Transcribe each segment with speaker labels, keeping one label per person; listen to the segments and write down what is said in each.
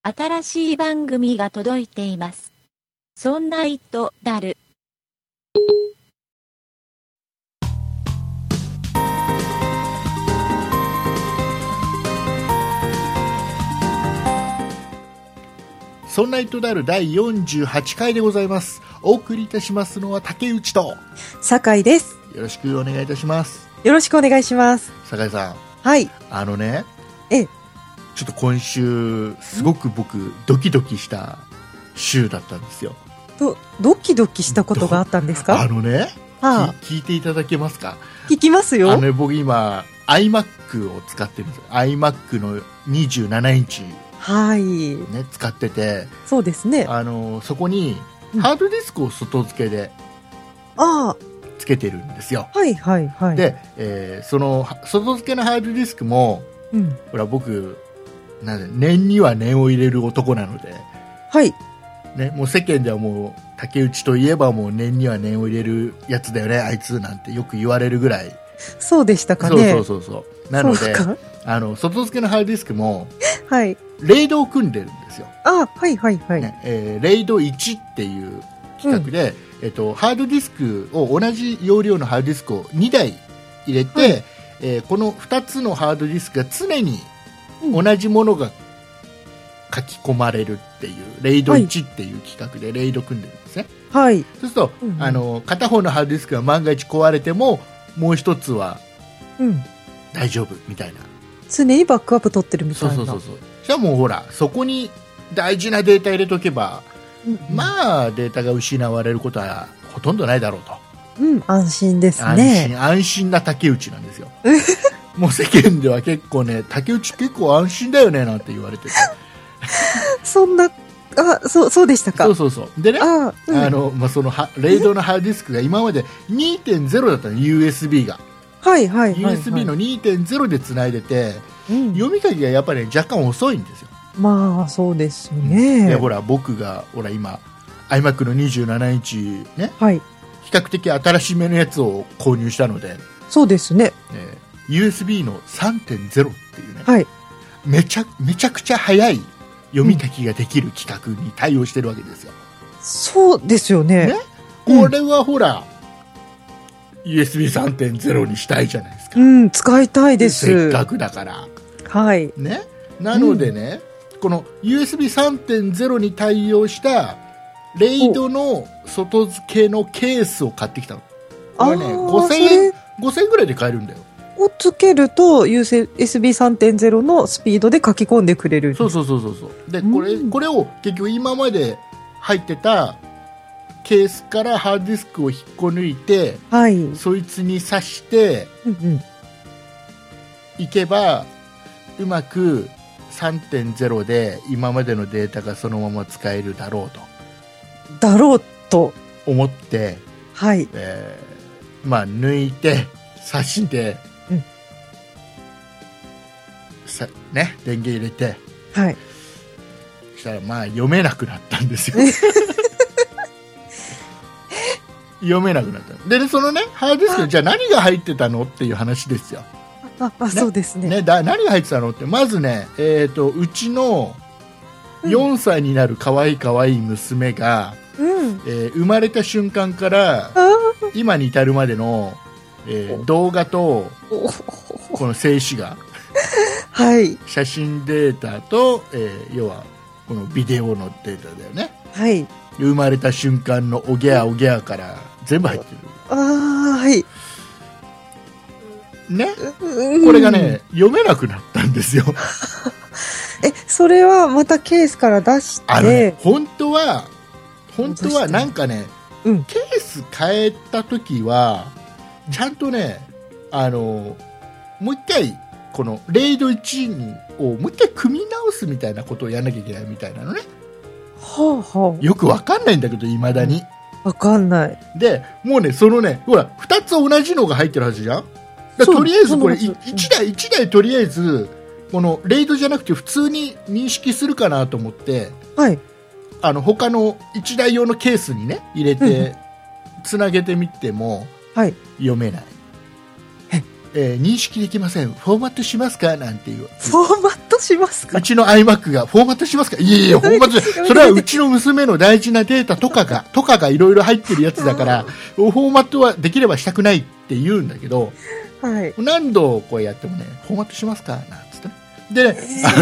Speaker 1: 新しい番組が届いています。そんな糸だる。
Speaker 2: そんな糸だる第48回でございます。お送りいたしますのは竹内と
Speaker 3: 酒井です。
Speaker 2: よろしくお願いいたします。
Speaker 3: よろしくお願いします。
Speaker 2: 酒井さん、
Speaker 3: はい。
Speaker 2: ちょっと今週すごく僕ドキドキした週だったんですよ。
Speaker 3: ドキドキしたことがあったんですか？
Speaker 2: 聞いていただけますか？
Speaker 3: 聞きますよ。
Speaker 2: 僕今 iMac を使ってるんですよ。 iMac の27インチ、
Speaker 3: はい、
Speaker 2: ね、使ってて、そうですね、そこにハードディスクを外付けでつけてるんですよ。
Speaker 3: はいはいはい。
Speaker 2: で、その外付けのハードディスクも、ほら僕念には念を入れる男なので、はいね、もう世間ではもう竹内といえばもう念には念を入れるやつだよねあいつなんてよく言われるぐらい。
Speaker 3: そうでしたかね。
Speaker 2: そうなので外付けのハードディスクも、
Speaker 3: はい、
Speaker 2: レイドを組んでるんですよ。
Speaker 3: はいはいはい、
Speaker 2: ね、レイド1っていう企画で、ハードディスクを同じ容量のハードディスクを2台入れて、この2つのハードディスクが常に同じものが書き込まれるっていうレイド1っていう企画でレイド組んでるんですね。はい、そうすると、片方のハードディスクが万が一壊れてももう一つは大丈夫みたいな、
Speaker 3: 常にバックアップ取ってるみたいな。
Speaker 2: そうじゃあもうほらそこに大事なデータ入れとけば、まあデータが失われることはほとんどないだろうと。
Speaker 3: 安心ですね。
Speaker 2: 安心な竹内なんですよ。もう世間では結構ね、竹内結構安心だよねなんて言われてて
Speaker 3: そんな、そうでしたか。
Speaker 2: そうでね、そのレイドのハードディスクが今まで 2.0 だったの。 USB がUSB の 2.0 でつないでて、読み書きがやっぱり、若干遅いんですよ。
Speaker 3: まあそうですよね。
Speaker 2: でほら僕が今 iMac の27インチね、比較的新しめのやつを購入したので、
Speaker 3: そうですね、
Speaker 2: USB の 3.0 っていうね、めちゃくちゃ速い読み書きができる規格に対応してるわけですよ。
Speaker 3: そうですよね。
Speaker 2: これはほら、USB 3.0 にしたいじゃないですか。
Speaker 3: 使いたいです。
Speaker 2: せっかくだから。なのでね、この USB 3.0 に対応したレイドの外付けのケースを買ってきたの。これね、5000円ぐらいで買えるんだよ。
Speaker 3: をつけると USB 3.0 のスピードで書き込んでくれる。
Speaker 2: そうでこれを結局今まで入ってたケースからハードディスクを引っこ抜いて、そいつに挿していけば、うまく 3.0 で今までのデータがそのまま使えるだろうと思って、抜いて挿して、電源入れて、そしたら読めなくなったんですよ。読めなくなったで、そのねハードディスクじゃあ何が入ってたのっていう話ですよ。
Speaker 3: そうですね。
Speaker 2: 何が入ってたのって、まずね、うちの4歳になる可愛い娘が、生まれた瞬間から今に至るまでの、動画とこの静止画、写真データと、要はこのビデオのデータだよね。生まれた瞬間のおぎゃから全部入ってる。これがね読めなくなったんですよ。
Speaker 3: それはまたケースから出して、
Speaker 2: 本当はなんかね、ケース変えた時はちゃんとね、もう一回このレイド1をもう一回組み直すみたいなことをやらなきゃいけないみたいなのね。よくわかんないんだけど、未だに
Speaker 3: わかんない。
Speaker 2: でもうね、そのね、ほら2つ同じのが入ってるはずじゃん。とりあえずこれ1台とりあえずこのレイドじゃなくて普通に認識するかなと思って、他の1台用のケースにね入れてつなげてみても、読めない。 認識できません、フォーマットしますかなんていう。
Speaker 3: フォーマットしますか？
Speaker 2: うちの iMac がフォーマットしますか？いやいや、フォーマットそれはうちの娘の大事なデータとかがいろいろ入ってるやつだから、フォーマットはできればしたくないって言うんだけど、
Speaker 3: はい、
Speaker 2: 何度こうやってもね、フォーマットしますかなんつってね。で、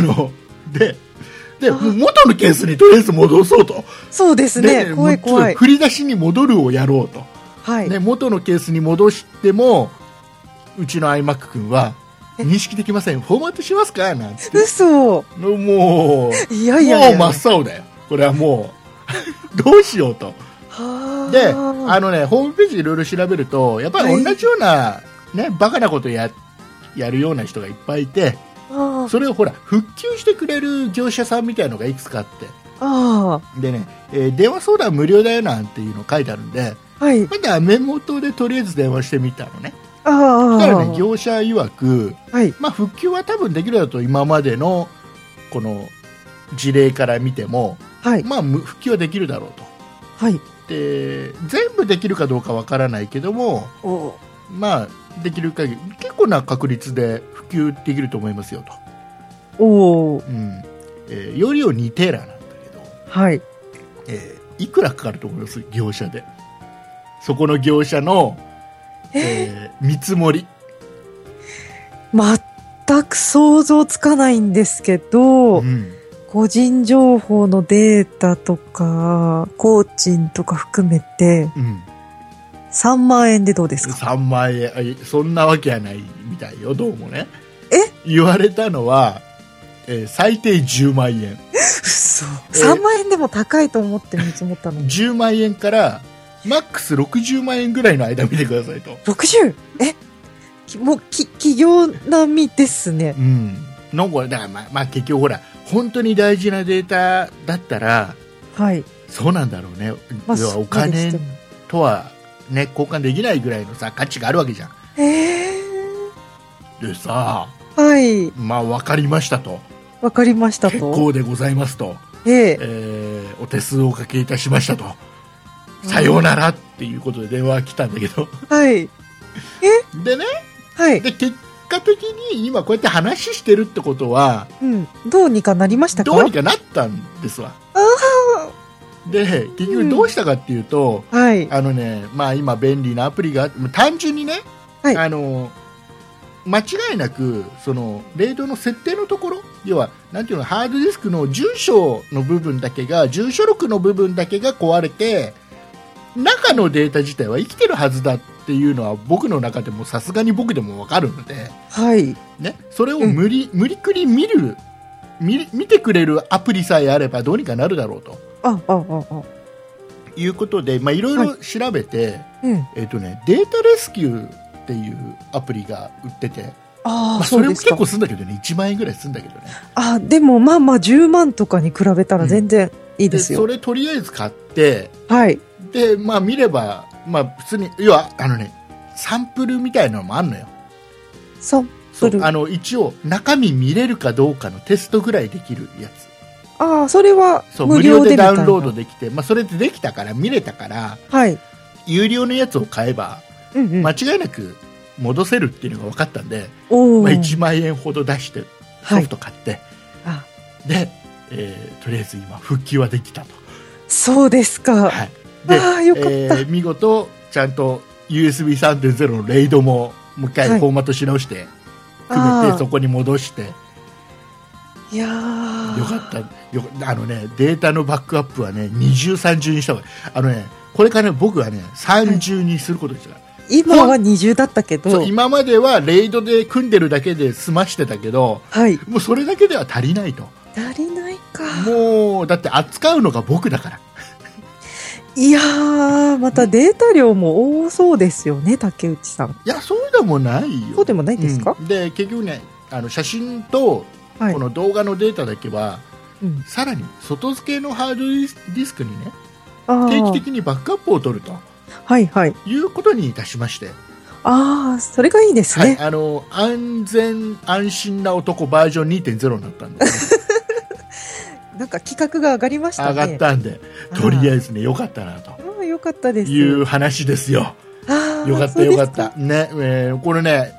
Speaker 2: で、元のケースにとりあえず戻そうと。
Speaker 3: そうですね。怖い怖い。
Speaker 2: 振り出しに戻るをやろうと。
Speaker 3: はい。
Speaker 2: ね、元のケースに戻しても、うちの iMac 君は、認識できません。フォーマットしますかなんて。
Speaker 3: 嘘。
Speaker 2: もう、
Speaker 3: いやいやいや、
Speaker 2: もう真っ青だよ。これはもう、どうしようと。で、ホームページいろいろ調べると、やっぱり同じような、ね、バカなことやるような人がいっぱいいて、それをほら、復旧してくれる業者さんみたいなのがいくつかあって。でね、電話相談無料だよなんていうの書いてあるんで、
Speaker 3: はい。
Speaker 2: まだメモ元でとりあえず電話してみたのね。だからね、業者曰く、
Speaker 3: はい、
Speaker 2: まあ、復旧は多分できるだと今までのこの事例から見ても、
Speaker 3: はい、
Speaker 2: まあ、復旧はできるだろうと。
Speaker 3: はい、
Speaker 2: で、全部できるかどうかわからないけども、まあ、できる限り結構な確率で普及できると思いますよと。容量2テラなんだけど、
Speaker 3: はい、
Speaker 2: いくらかかると思います？業者で。そこの業者の見積もり。
Speaker 3: 全く想像つかないんですけど、個人情報のデータとか工賃とか含めて、3万円でどうですか
Speaker 2: ？3万円、そんなわけはないみたいよ、どうもね。言われたのは、最低10万円。
Speaker 3: 嘘。3万円でも高いと思って見積もったのに。
Speaker 2: 10万円からマックス60万円ぐらいの間見てくださいと。
Speaker 3: 60？もう企業並みですね。
Speaker 2: なんかだからまあ結局ほら本当に大事なデータだったら、
Speaker 3: はい、
Speaker 2: そうなんだろうね。要はお金とはね交換できないぐらいのさ価値があるわけじゃん。でさ、
Speaker 3: はい、
Speaker 2: まあ分かりましたと。
Speaker 3: 分かりましたと。
Speaker 2: 結構でございますと。お手数をおかけいたしましたと。さようならっていうことで電話が来たんだけど、
Speaker 3: はい、
Speaker 2: でね、
Speaker 3: はい、
Speaker 2: で結果的に今こうやって話してるってことは、
Speaker 3: どうにかなりましたか？
Speaker 2: どうにかなったんですわ。で結局どうしたかっていうと、まあ、今便利なアプリが単純にね、間違いなくそのレードの設定のところ、要はなんていうの、ハードディスクの住所の部分だけが、住所録の部分だけが壊れて中のデータ自体は生きてるはずだっていうのは僕の中でもさすがに僕でも分かるので、ね、それを無理くり見てくれるアプリさえあればどうにかなるだろうということで、いろいろ調べて、データレスキューっていうアプリが売ってて、それも結構するんだけどね、1万円ぐらいするんだけどね。
Speaker 3: でもまあ10万とかに比べたら全然いいですよ。
Speaker 2: それとりあえず買って、で見れば、普通に要はサンプルみたいなのもあるのよ。
Speaker 3: サンプル、
Speaker 2: 一応中身見れるかどうかのテストぐらいできるやつ。
Speaker 3: それは
Speaker 2: 無料でダウンロードできて、それでできたから見れたから、有料のやつを買えば、間違いなく戻せるっていうのが分かったんで、1万円ほど出してソフト買って、で、とりあえず今復旧はできたと。
Speaker 3: そうですか。
Speaker 2: で、
Speaker 3: よかった。
Speaker 2: 見事ちゃんと USB 3.0 のレイドももう一回フォーマットし直して、組めてそこに戻して、
Speaker 3: いや
Speaker 2: よかった。データのバックアップはね、二重三重にした方がいい。これからね、僕はね、三重にすることにした。
Speaker 3: 今は二重だったけど、
Speaker 2: 今まではレイドで組んでるだけで済ましてたけど、もうそれだけでは足りないと。
Speaker 3: 足りないか。
Speaker 2: もうだって扱うのが僕だから。
Speaker 3: いやー、またデータ量も多そうですよね、竹内さん。
Speaker 2: いや、そうでもないよ。
Speaker 3: そうでもないですか？
Speaker 2: で、結局ね、写真とこの動画のデータだけは、さらに外付けのハードディスクにね、定期的にバックアップを取ると、いうことにいたしまして。
Speaker 3: それがいいですね。
Speaker 2: 安全安心な男バージョン 2.0 になったんで、ね、
Speaker 3: なんか企画が上がりましたね。
Speaker 2: 上がったんで、とりあえずね、よかったなと。
Speaker 3: よかったです。
Speaker 2: いう話ですよ。よかったよかった。ね、これね、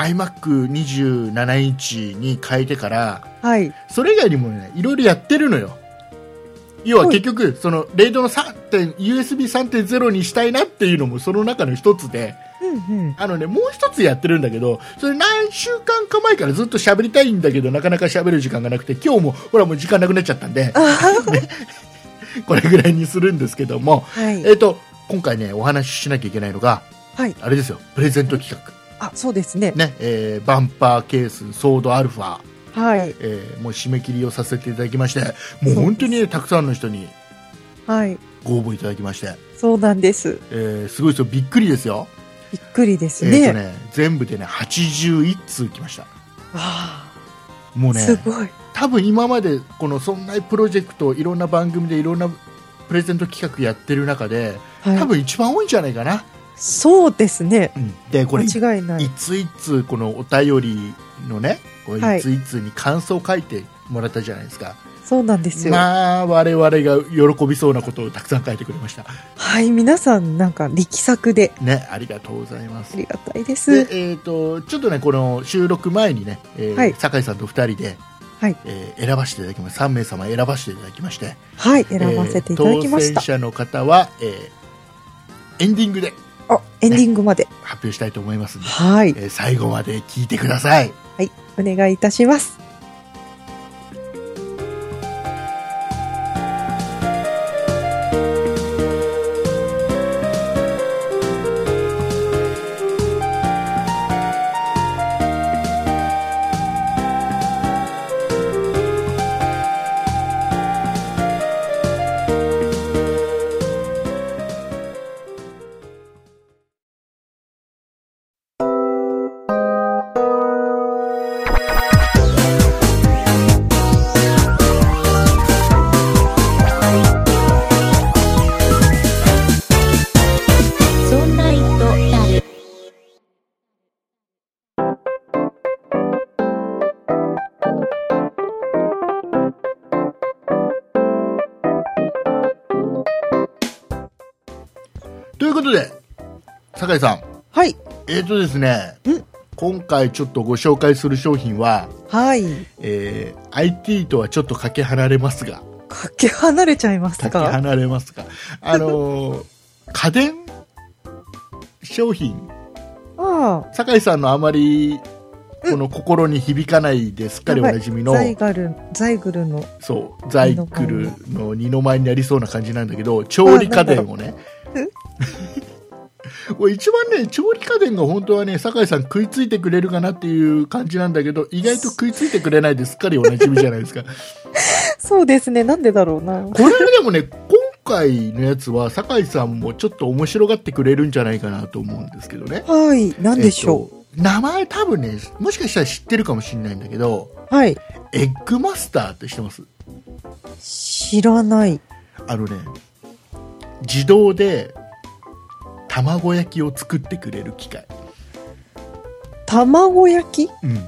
Speaker 2: iMac27 インチに変えてから、
Speaker 3: はい。
Speaker 2: それ以外にもね、いろいろやってるのよ。要は結局、その、レイドのUSB 3.0 にしたいなっていうのもその中の一つで、もう一つやってるんだけど、それ何週間か前からずっと喋りたいんだけど、なかなか喋る時間がなくて、今日も、ほらもう時間なくなっちゃったんで、ね、これぐらいにするんですけども、はい、今回ね、お話ししなきゃいけないのが、はい、あれですよ、プレゼント企画。
Speaker 3: あ、そうですね。
Speaker 2: ね、バンパーケース、ソードアルファ。
Speaker 3: はい。
Speaker 2: もう締め切りをさせていただきまして、もう本当にね、たくさんの人に、はい。ご応募いただきまして。
Speaker 3: そうなんです。
Speaker 2: すごいですよ、びっくりですよ。
Speaker 3: びっくりですね。
Speaker 2: 全部でね、81通来ました。もうね、
Speaker 3: すごい。
Speaker 2: 多分今までこのそんなプロジェクトいろんな番組でいろんなプレゼント企画やってる中で、はい、多分一番多いんじゃないかな。
Speaker 3: そうですね。
Speaker 2: でこれ
Speaker 3: 間違いない。
Speaker 2: いついつこのお便りのね、これいついつに感想を書いてもらったじゃないですか。
Speaker 3: そうなんですよ。
Speaker 2: まあ我々が喜びそうなことをたくさん書いてくれました。
Speaker 3: はい、皆さんなんか力作で
Speaker 2: ね、ありがとうございます。
Speaker 3: ありがたいです。
Speaker 2: でちょっとねこの収録前にね、はい、酒井さんと2人で。はい、選ばせていただきます。3名様選ばせていただきまして、
Speaker 3: はい、選ばせていただきました。
Speaker 2: 当選者の方は、エンディングで、
Speaker 3: エンディングまで、
Speaker 2: 発表したいと思いますので、
Speaker 3: はい、
Speaker 2: 最後まで聞いてください。
Speaker 3: はい、お願いいたします。
Speaker 2: ということで、酒井さん。
Speaker 3: はい。
Speaker 2: ですね、今回ちょっとご紹介する商品は、
Speaker 3: はい。
Speaker 2: IT とはちょっとかけ離れますが。
Speaker 3: かけ離れちゃいますか？
Speaker 2: かけ離れますが。家電商品。酒井さんのあまり、この心に響かないですっかりおなじみの。
Speaker 3: ザイグルの。
Speaker 2: そう、ザイグルの二の舞になりそうな感じなんだけど、調理家電をね。一番ね、調理家電が本当はね、酒井さん食いついてくれるかなっていう感じなんだけど、意外と食いついてくれないですっかりおなじみじゃないですか。
Speaker 3: そうですね、なんでだろうな。
Speaker 2: これでもね、今回のやつは酒井さんもちょっと面白がってくれるんじゃないかなと思うんですけどね。
Speaker 3: はい、なんでしょ
Speaker 2: う。名前多分ね、もしかしたら知ってるかもしれないんだけど、
Speaker 3: はい。
Speaker 2: エッグマスターって知ってます？
Speaker 3: 知らない。
Speaker 2: 自動で卵焼きを作ってくれる機械。
Speaker 3: 卵焼き？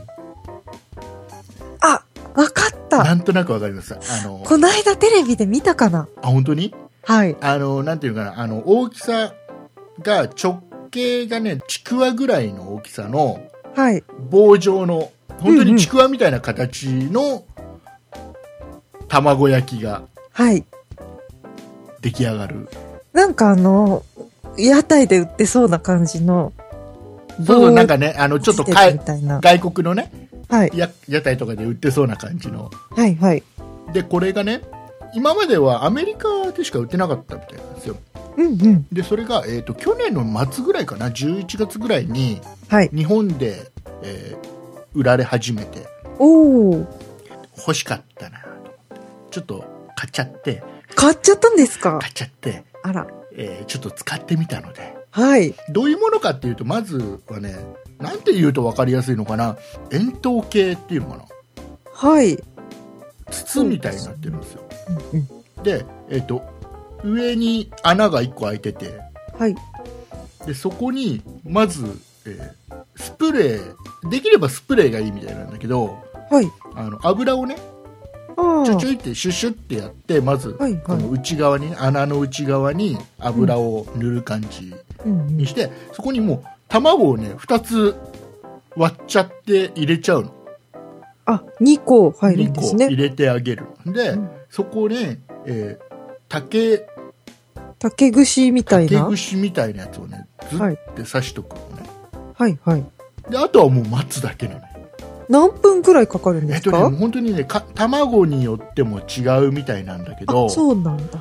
Speaker 3: あ、わかった。
Speaker 2: なんとなくわかります。
Speaker 3: この間テレビで見たかな。
Speaker 2: あ、本当に？
Speaker 3: はい。
Speaker 2: なんていうかな、大きさが直径がね、ちくわぐらいの大きさの、はい。棒状の、本当にちくわみたいな形の卵焼きが、はい。出来上がる。
Speaker 3: なんか屋台で売ってそうな感じの。
Speaker 2: そう、なんかね、ちょっと外国のね、はい。屋台とかで売ってそうな感じの。
Speaker 3: はいはい。
Speaker 2: で、これがね、今まではアメリカでしか売ってなかったみたいなんですよ。で、それが、去年の末ぐらいかな、11月ぐらいに、はい。日本で、売られ始めて。欲しかったなと。ちょっと買っちゃって。
Speaker 3: 買っちゃったんですか？
Speaker 2: 買っちゃって。
Speaker 3: あら。
Speaker 2: ちょっと使ってみたので、
Speaker 3: はい、
Speaker 2: どういうものかっていうと、まずはね、なんて言うと分かりやすいのかな、円筒形っていうのかな、
Speaker 3: はい、
Speaker 2: 筒みたいになってるんですよ。で、上に穴が1個開いてて、はい、でそこにまず、スプレー、できればスプレーがいいみたいなんだけど、はい、油をね、ちょちょいってシュッシュってやって、まずこの内側に、穴の内側に油を塗る感じにして、そこにもう卵をね2つ割っちゃって入れちゃうの。
Speaker 3: あ、2個入るんですね。
Speaker 2: 2個入れてあげる。で、そこに、竹
Speaker 3: 串みたいな。
Speaker 2: 竹串みたいなやつをね、ずって刺しとくのね。
Speaker 3: はいはい。
Speaker 2: で、あとはもう待つだけなのよ。
Speaker 3: 何分くらいかかるんですか？
Speaker 2: 本当にね、卵によっても違うみたいなんだけど、
Speaker 3: そうなんだ。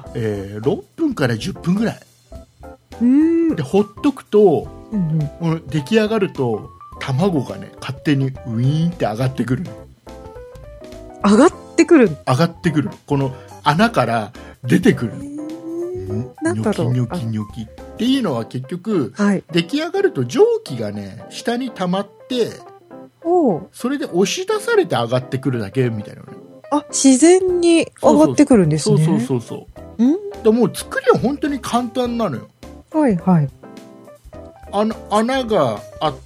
Speaker 2: 6分から10分ぐらい。で、ほっとくと、出来上がると、卵がね、勝手にウィーンって上がってくるの。
Speaker 3: 上がってくる？
Speaker 2: 上がってくる。この穴から出てくる。
Speaker 3: なんだろう。
Speaker 2: ニョキニョキっていうのは結局、出来上がると蒸気がね、下に溜まって、それで押し出されて上がってくるだけみたいなね。
Speaker 3: あ、自然に上がってくるんですね。
Speaker 2: そう。でもう作りは本当に簡単なのよ。
Speaker 3: はいはい。
Speaker 2: 穴があって、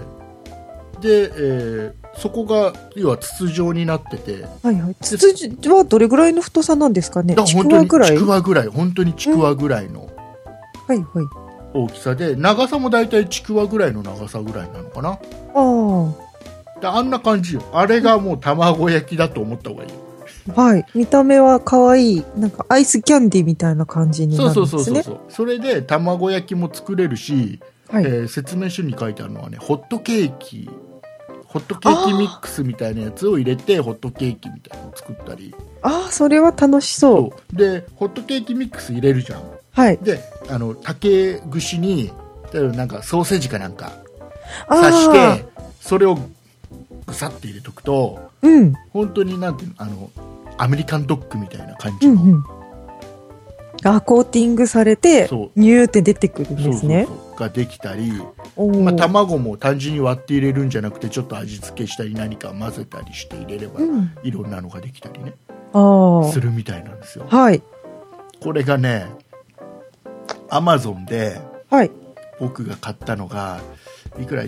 Speaker 2: で、そこが要は筒状になってて、
Speaker 3: はいはい。筒はどれぐらいの太さなんですかね？ちくわぐらい？
Speaker 2: ちくわぐらい、本当にちくわぐらいの大きさで、長さもだいたいちくわぐらいの長さぐらいなのかな。あんな感じよ。あれがもう卵焼きだと思った方がいいよ。
Speaker 3: はい。見た目は可愛い、なんかアイスキャンディーみたいな感じになるんですね。
Speaker 2: そう。それで卵焼きも作れるし、説明書に書いてあるのはね、ホットケーキミックスみたいなやつを入れてホットケーキみたいなのを作ったり。
Speaker 3: それは楽しそう。
Speaker 2: で、ホットケーキミックス入れるじゃん。
Speaker 3: はい。
Speaker 2: で、竹串になんかソーセージかなんか刺して、それをぐさって入れとくと、本当になんていうの、アメリカンドッグみたいな感じの、
Speaker 3: コーティングされてニューって出てくるんですね。
Speaker 2: ができたり、卵も単純に割って入れるんじゃなくてちょっと味付けしたり何か混ぜたりして入れれば、いろんなのができたりね、するみたいなんですよ。はい。これがね、アマゾンで僕が買ったのがいくら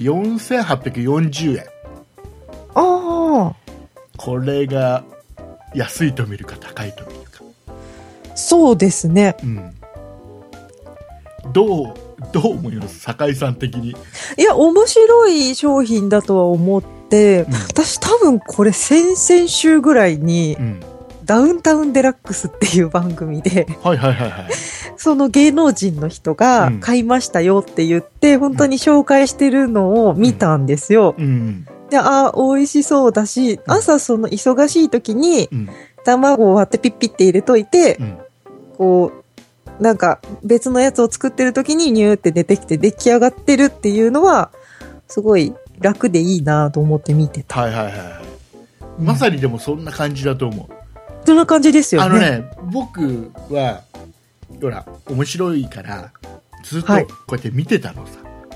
Speaker 2: 4840円。これが安いと見るか高いと見るか。
Speaker 3: そうですね。
Speaker 2: どう思います？酒井さん的に。
Speaker 3: いや、面白い商品だとは思って、私多分これ先々週ぐらいに、ダウンタウンデラックスっていう番組で、その芸能人の人が買いましたよって言って、本当に紹介してるのを見たんですよ。で、美味しそうだし、朝その忙しい時に、卵を割ってピッピッて入れといて、こう、なんか別のやつを作ってる時にニューって出てきて出来上がってるっていうのは、すごい楽でいいなと思って見てた。
Speaker 2: まさにでもそんな感じだと思う。
Speaker 3: そんな感じですよね。
Speaker 2: 僕は、ほら、面白いから、ずっとこうやって見てたのさ。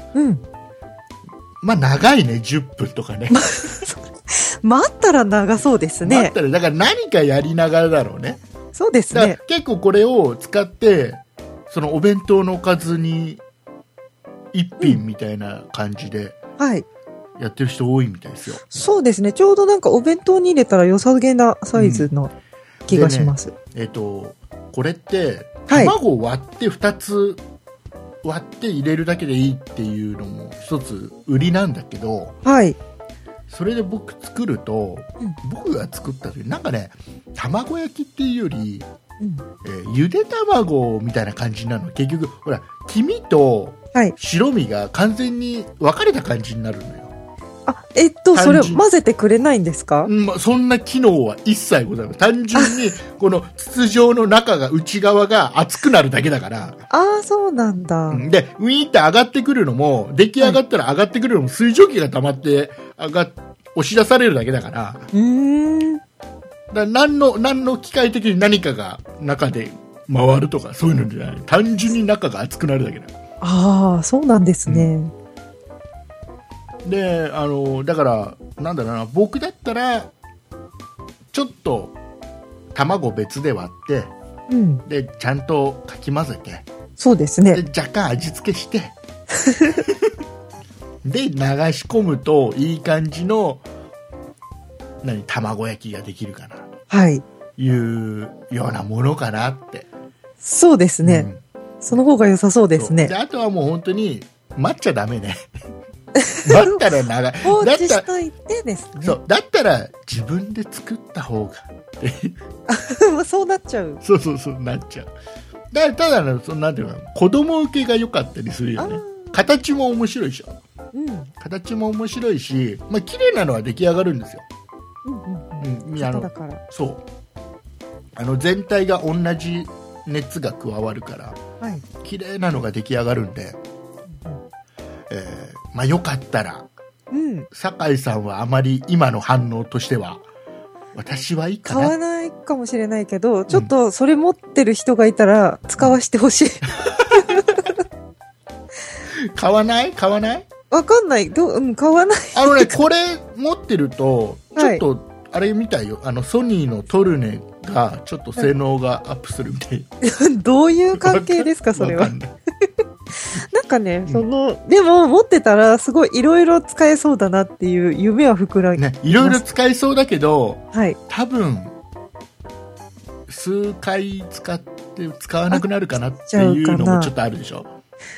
Speaker 2: まあ長いね、10分とかね。
Speaker 3: 待ったら長そうですね。
Speaker 2: 待ったら、だから何かやりながらだろうね。
Speaker 3: そうですね。
Speaker 2: 結構これを使って、そのお弁当のおかずに一品みたいな感じで、やってる人多いみたいですよ。
Speaker 3: そうですね。ちょうどなんかお弁当に入れたら良さげなサイズの気がします。
Speaker 2: これって、卵を割って2つ割って入れるだけでいいっていうのも一つ売りなんだけど、それで僕作ると、僕が作った時なんかね、卵焼きっていうより、ゆで卵みたいな感じなの。結局ほら、黄身と白身が完全に分かれた感じになるのよ。
Speaker 3: それを混ぜてくれないんですか？
Speaker 2: そんな機能は一切ございません。単純にこの筒状の内側が熱くなるだけだから。
Speaker 3: そうなんだ。
Speaker 2: で、ウィーンって上がってくるのも、出来上がったら上がってくるのも水蒸気が溜まって押し出されるだけだから。何の機械的に何かが中で回るとかそういうのじゃない。単純に中が熱くなるだけだ。
Speaker 3: そうなんですね。
Speaker 2: で、だからなんだろうな、僕だったらちょっと卵別で割って、でちゃんとかき混ぜて、
Speaker 3: そうですね。
Speaker 2: で若干味付けしてで流し込むといい感じの卵焼きができるかなというようなものかなって。
Speaker 3: そうですね。その方が良さそうですね。
Speaker 2: であとはもう本当に待っちゃダメね。 だったら長い。
Speaker 3: 放置しといてですね。
Speaker 2: そう。だったら自分で作った方が
Speaker 3: そうなっちゃう。
Speaker 2: そう、なっちゃう。ただね、なんていうの、子供受けが良かったりするよね。形も面白いでしょ。形も面白いし、まあ綺麗なのは出来上がるんですよ。
Speaker 3: だから。
Speaker 2: そう。全体が同じ熱が加わるから、綺麗なのが出来上がるんで、まあよかったら、酒井さんはあまり今の反応としては、私はいいかな。
Speaker 3: 買わないかもしれないけど、ちょっとそれ持ってる人がいたら使わせてほしい。
Speaker 2: 買わない
Speaker 3: わかんない。買わない。
Speaker 2: これ持ってると、ちょっと、あれみたいよ。ソニーのトルネが、ちょっと性能がアップするみたい。
Speaker 3: どういう関係ですか、それは。なんかね、でも持ってたら、すごいいろいろ使えそうだなっていう夢は膨らむ。
Speaker 2: ね、いろいろ使えそうだけど、
Speaker 3: はい。
Speaker 2: 多分、数回使わなくなるかなっていうのもちょっとあるでしょ。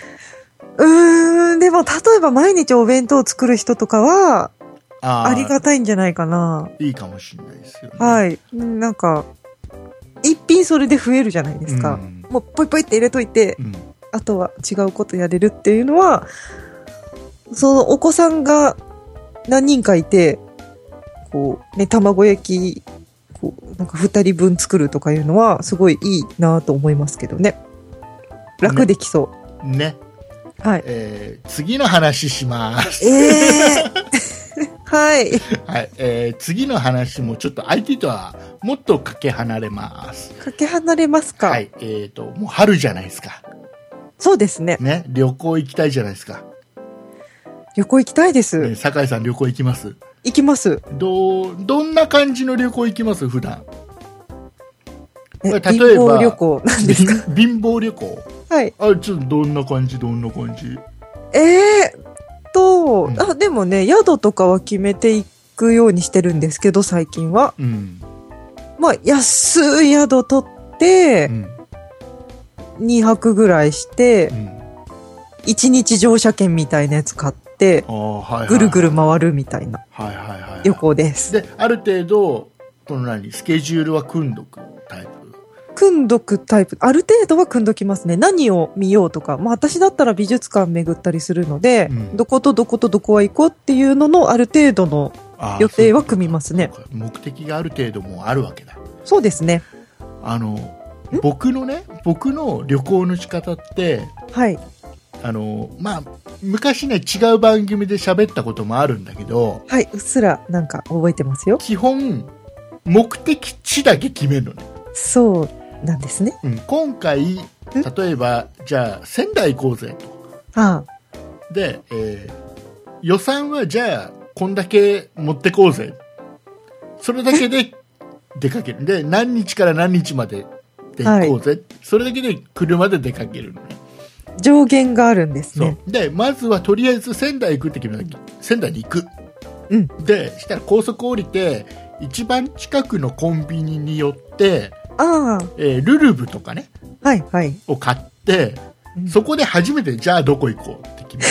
Speaker 3: でも、例えば毎日お弁当を作る人とかは、ありがたいんじゃないかな。
Speaker 2: いいかもしれないですよね。
Speaker 3: はい。なんか、一品それで増えるじゃないですか。もう、ポイポイって入れといて、あとは違うことやれるっていうのは、そのお子さんが何人かいて、こう、ね、卵焼き、こう、なんか2人分作るとかいうのは、すごいいいなと思いますけどね。楽できそう。
Speaker 2: ね。
Speaker 3: はい。
Speaker 2: 次の話します。
Speaker 3: はい。
Speaker 2: はい。次の話もちょっと IT とはもっとかけ離れます。
Speaker 3: かけ離れますか。
Speaker 2: はい。もう春じゃないですか。
Speaker 3: そうですね。
Speaker 2: ね。旅行行きたいじゃないですか。
Speaker 3: 旅行行きたいです。
Speaker 2: 酒井さん旅行行きます？
Speaker 3: 行きます。
Speaker 2: どんな感じの旅行行きます普段？
Speaker 3: 例えば貧乏旅行なんですか？
Speaker 2: 貧乏旅行？
Speaker 3: はい。
Speaker 2: ちょっとどんな感じ？
Speaker 3: でもね、宿とかは決めていくようにしてるんですけど、最近は。まあ、安い宿取って、2泊ぐらいして、1日乗車券みたいなやつ買って、ぐるぐる回るみたいな旅行です。
Speaker 2: で、ある程度、スケジュールは組んどくタイプ？
Speaker 3: 組んどくタイプ。ある程度は組んどきますね。何を見ようとか。まあ私だったら美術館巡ったりするので、どことどことどこは行こうっていうののある程度の予定は組みますね。
Speaker 2: 目的がある程度もあるわけだ。
Speaker 3: そうですね。
Speaker 2: 僕の旅行の仕方って、
Speaker 3: はい。
Speaker 2: まあ、昔ね、違う番組で喋ったこともあるんだけど、
Speaker 3: はい、うっすらなんか覚えてますよ。
Speaker 2: 基本、目的地だけ決めるのね。
Speaker 3: そうなんですね。
Speaker 2: 今回、例えば、じゃあ、仙台行こうぜと。で、予算はじゃあ、こんだけ持ってこうぜ。それだけで出かける。で、何日から何日までで行こうぜ。はい、それだけで車で出かけるのね。
Speaker 3: 上限があるんですね。
Speaker 2: で、まずはとりあえず仙台行くって決めたら、仙台に行く。で、したら高速降りて、一番近くのコンビニに寄って、ルルブとかね、を買って、そこで初めてじゃあどこ行こうって決め